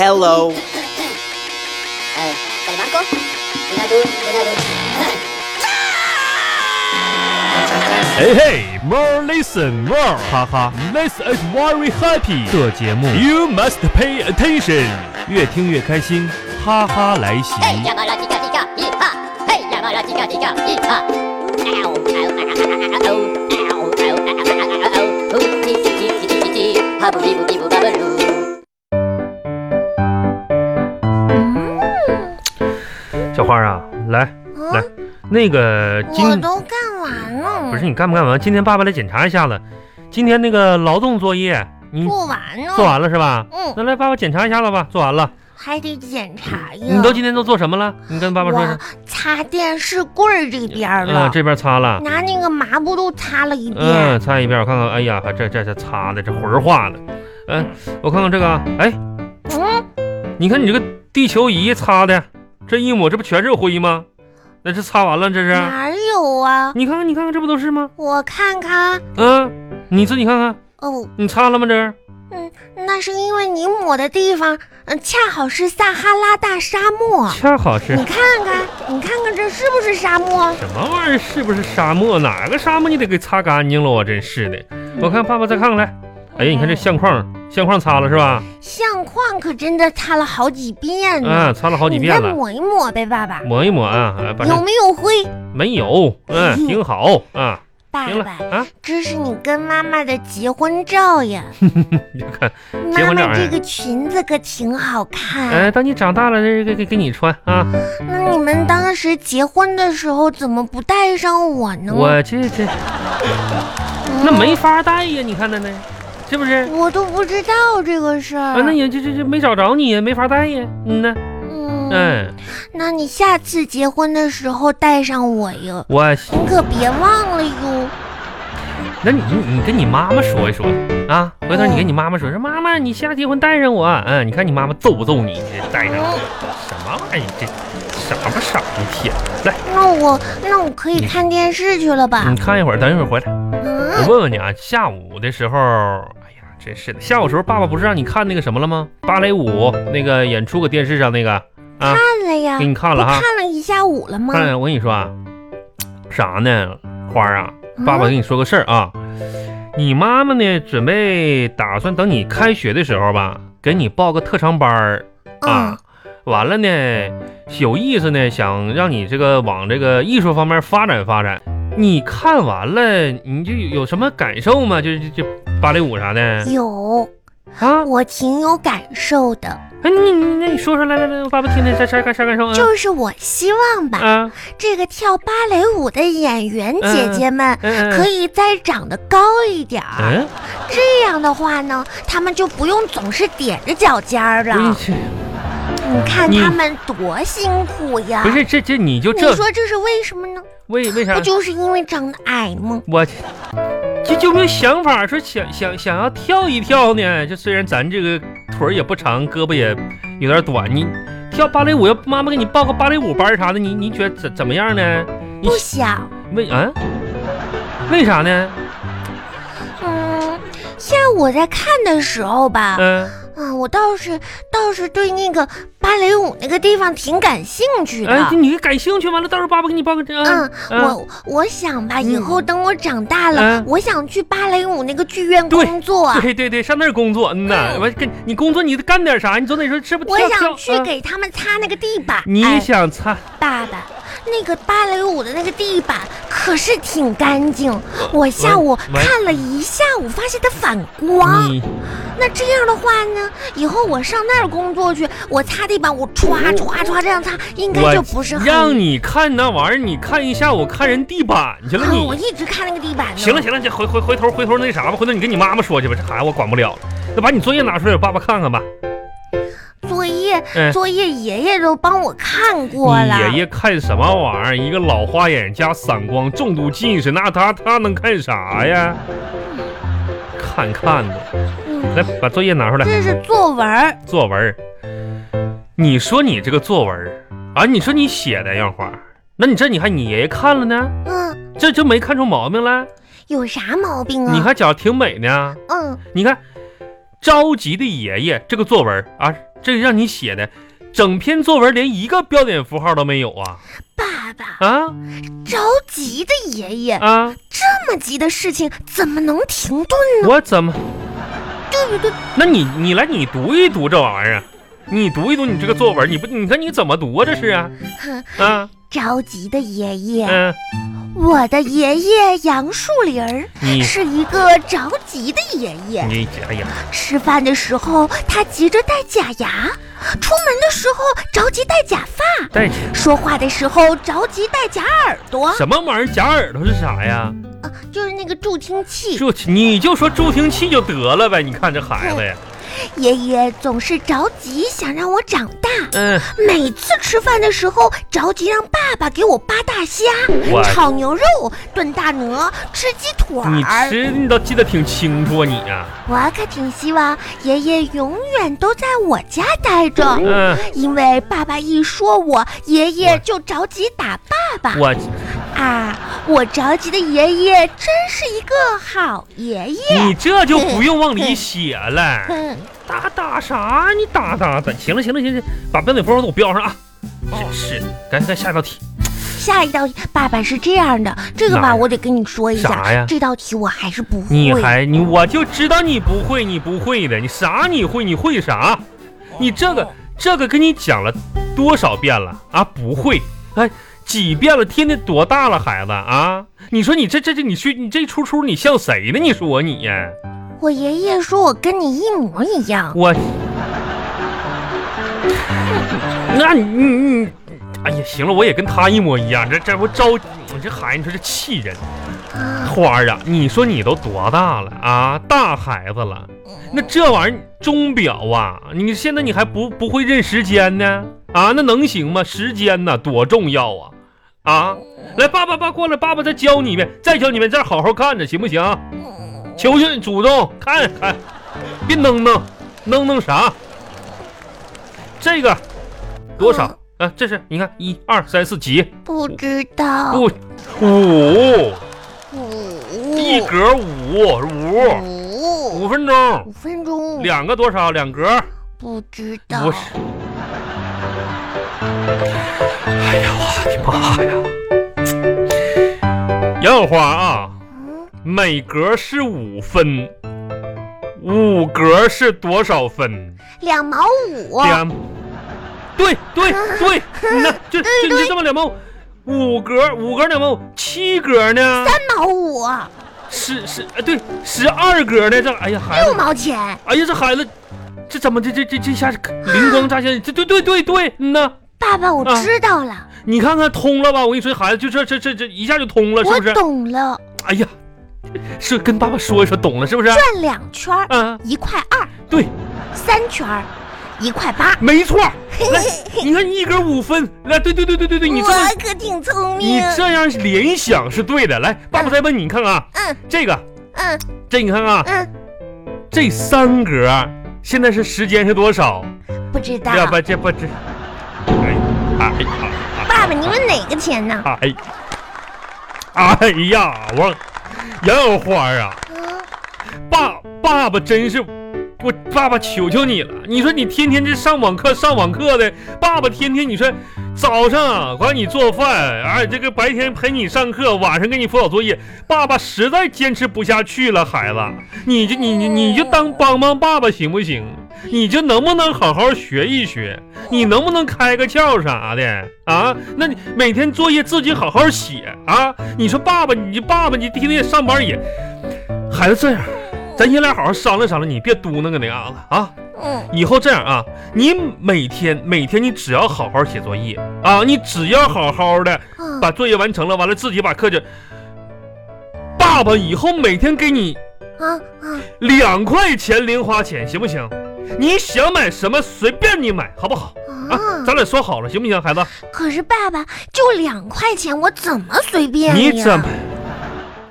Hello. Marco? Hey hey, more listen more, 哈哈 ，This is very happy 的节目 ，You must pay attention， 越听越开心，哈哈来袭。 嘿呀嘛啦叽嘎叽嘎一哈，嘿呀嘛啦叽嘎叽嘎一哈，哈布哩布哩布巴布鲁。 小花啊，来，那个我都干完了。 不是你干不干完？今天爸爸来检查一下子，今天那个劳动作业你做完了。 做完了是吧？ 那来爸爸检查一下子吧，做完了。 还得检查呀。 你今天都做什么了？你跟爸爸说说。 擦电视柜这边了。 这边擦了。 拿那个抹布都擦了一遍。 擦一遍，我看看。哎呀，这擦的这魂儿化的。我看看这个。你看你这个地球仪擦的。这一抹，这不全是灰吗？那是擦完了，这是哪有啊？ 你看看，这不都是吗？ 我看看。 你自己看看。 哦， 你擦了吗？这是？ 那是因为你抹的地方，恰好是撒哈拉大沙漠。 恰好是。 你看看这是不是沙漠？ 什么玩意儿？是不是沙漠？哪个沙漠你得给擦干净了？我真是的。我看爸爸再看看来。哎呀，你看这相框擦了是吧？ 相框可真的擦了好几遍呢。 擦了好几遍了。 你再抹一抹呗，爸爸。 抹一抹啊。 有没有灰？ 没有。挺好啊。 爸爸，这是你跟妈妈的结婚照呀。 你看， 妈妈这个裙子可挺好看。 等你长大了，给你穿啊。 那你们当时结婚的时候怎么不带上我呢？ 我这，那没法带呀，你看那。是不是？ 我都不知道这个事儿。 那也这没找着你，没法带呀。 那你下次结婚的时候带上我呀。你可别忘了哟。 那你跟你妈妈说一说啊，回头你跟你妈妈说，妈妈，你下结婚带上我。你看你妈妈揍不揍你？带上什么玩意儿？这傻一天。来， 那我可以看电视去了吧？ 你看一会儿，等一会儿回来。我问问你啊，下午的时候。真是的，下午时候爸爸不是让你看那个什么了吗？芭蕾舞那个演出搁电视上那个看了呀， 给你看了哈， 看了一下午了吗？ 我跟你说啊，啥呢，花啊，爸爸跟你说个事儿啊，你妈妈呢准备打算等你开学的时候吧，给你报个特长班啊，完了呢有意思呢，想让你这个往这个艺术方面发展发展。你看完了你就有什么感受吗？就芭蕾舞啥的？ 有我挺有感受的。 你说说来，爸爸听听啥感受啊？ 就是我希望吧，这个跳芭蕾舞的演员姐姐们可以再长得高一点儿，这样的话呢，他们就不用总是踮着脚尖了。你看他们多辛苦呀！ 不是这你说这是为什么呢？ 为啥？ 不就是因为长得矮吗？ 我就没有想法说想要跳一跳呢？就虽然咱这个腿也不长，胳膊也有点短，你跳芭蕾舞，要妈妈给你报个芭蕾舞班啥的，你觉得怎么样呢？ 不想。 为啥呢？ 像我在看的时候吧，我倒是对那个芭蕾舞那个地方挺感兴趣的。 你感兴趣，完了到时候爸爸给你报个我想吧，以后等我长大了，我想去芭蕾舞那个剧院工作。 对，上那儿工作。我跟你工作，你干点啥？你总得说是不是？ 我想去给他们擦那个地板。 你想擦？ 爸爸，那个芭蕾舞的那个地板可是挺干净，我下午看了一下午，发现它反光。那这样的话呢，以后我上那儿工作去，我擦地板，我唰这样擦，应该就不是很。 让你看那玩意儿，你看一下午看人地板去了。 我一直看那个地板呢。 行了，这回头那啥吧，回头你跟你妈妈说去吧，这孩子我管不了了。那把你作业拿出来，爸爸看看吧。 作业爷爷都帮我看过了。 爷爷看什么玩意儿？一个老花眼加散光，重度近视，那他能看啥呀？看的。来，把作业拿出来。 这是作文。 你说你这个作文啊，你说你写的样花，那你还你爷爷看了呢？这就没看出毛病来？ 有啥毛病啊？ 你还觉得挺美呢？你看着急的爷爷这个作文啊， 这让你写的整篇作文连一个标点符号都没有啊！ 爸爸啊， 着急的爷爷啊， 这么急的事情怎么能停顿呢？ 我怎么？ 对不对？ 那你来你读一读这玩意儿，你读一读你这个作文，你看你怎么读啊？这是啊啊！ 着急的爷爷， 我的爷爷杨树林儿是一个着急的爷爷。 哎呀， 吃饭的时候他急着戴假牙，出门的时候着急戴假发，说话的时候着急戴假耳朵。 什么玩意儿？假耳朵是啥呀？ 就是那个助听器。 你就说助听器就得了呗。你看这孩子呀。 爷爷总是着急想让我长大，每次吃饭的时候着急让爸爸给我扒大虾、炒牛肉、炖大鹅、吃鸡腿儿。 你倒记得挺清楚啊你啊！ 我可挺希望爷爷永远都在我家待着，因为爸爸一说我，爷爷就着急打爸爸。我着急的爷爷真是一个好爷爷。 你这就不用往里写了。打啥？你打的。行了，把标点符号给我标上啊！真是，赶紧下一道题。 下一道题，爸爸是这样的，这个吧，我得跟你说一下。 啥呀？ 这道题我还是不会。 我就知道你不会的。你啥？你会啥？你这个跟你讲了多少遍了啊？不会，几遍了？天天多大了，孩子啊？你说你这你这出你像谁呢？你说你呀？ 我爷爷说我跟你一模一样。 那你哎呀，行了，我也跟他一模一样。这不着急，我这孩子你说这气人。花儿啊，你说你都多大了啊？大孩子了，那这玩意儿钟表啊，你现在你还不会认时间呢？啊，那能行吗？时间呢多重要啊！来，爸过来，爸爸再教你一遍，再好好看着，行不行？求求你主动看，别弄啥？这个多少啊？这是你看1、2、3、4几？ 不知道。 5，一格5分钟。 5分钟。 两个多少？两格？ 不知道。 不是。哎呀，我的妈呀！杨小花啊。每格是5分，5格是多少分 ？2毛5。 对，那就这么2毛，5格2毛，7格呢 ？3毛5。 对，12格呢？这哎呀，孩子 6毛钱。 哎呀，这孩子，这怎么这下灵光乍现？这对，呢？ 爸爸，我知道了。 你看看通了吧？我跟你说，孩子就这一下就通了，是不是？ 我懂了。 哎呀。是跟爸爸说懂了是不是？ 转2圈，1块2。 对 ，3圈，1块8。 没错。来，你看1格5分。来，对，你这我可挺聪明。 你这样联想是对的。来，爸爸再问你，看啊，这个，这你看啊，这3格现在是时间是多少？ 不知道。 要不这不知。 爸爸，你问哪个钱呢？ 哎呀，杨小花啊，爸爸真是，爸爸求求你了！你说你天天这上网课的，爸爸天天你说早上管你做饭，这个白天陪你上课，晚上给你辅导作业，爸爸实在坚持不下去了，孩子，你就当帮爸爸行不行？你就能不能好好学一学？你能不能开个窍啥的啊？那你每天作业自己好好写啊！你说爸爸你天天上班也，孩子这样，咱爷俩好好商量，你别嘟囔个那样子啊！以后这样啊，你每天你只要好好写作业啊，你只要好好的把作业完成了，完了自己把课件，爸爸以后每天给你2块钱零花钱，行不行？你想买什么随便你买，好不好？咱俩说好了，行不行，孩子？ 可是爸爸就2块钱，我怎么随便呀？ 你怎么？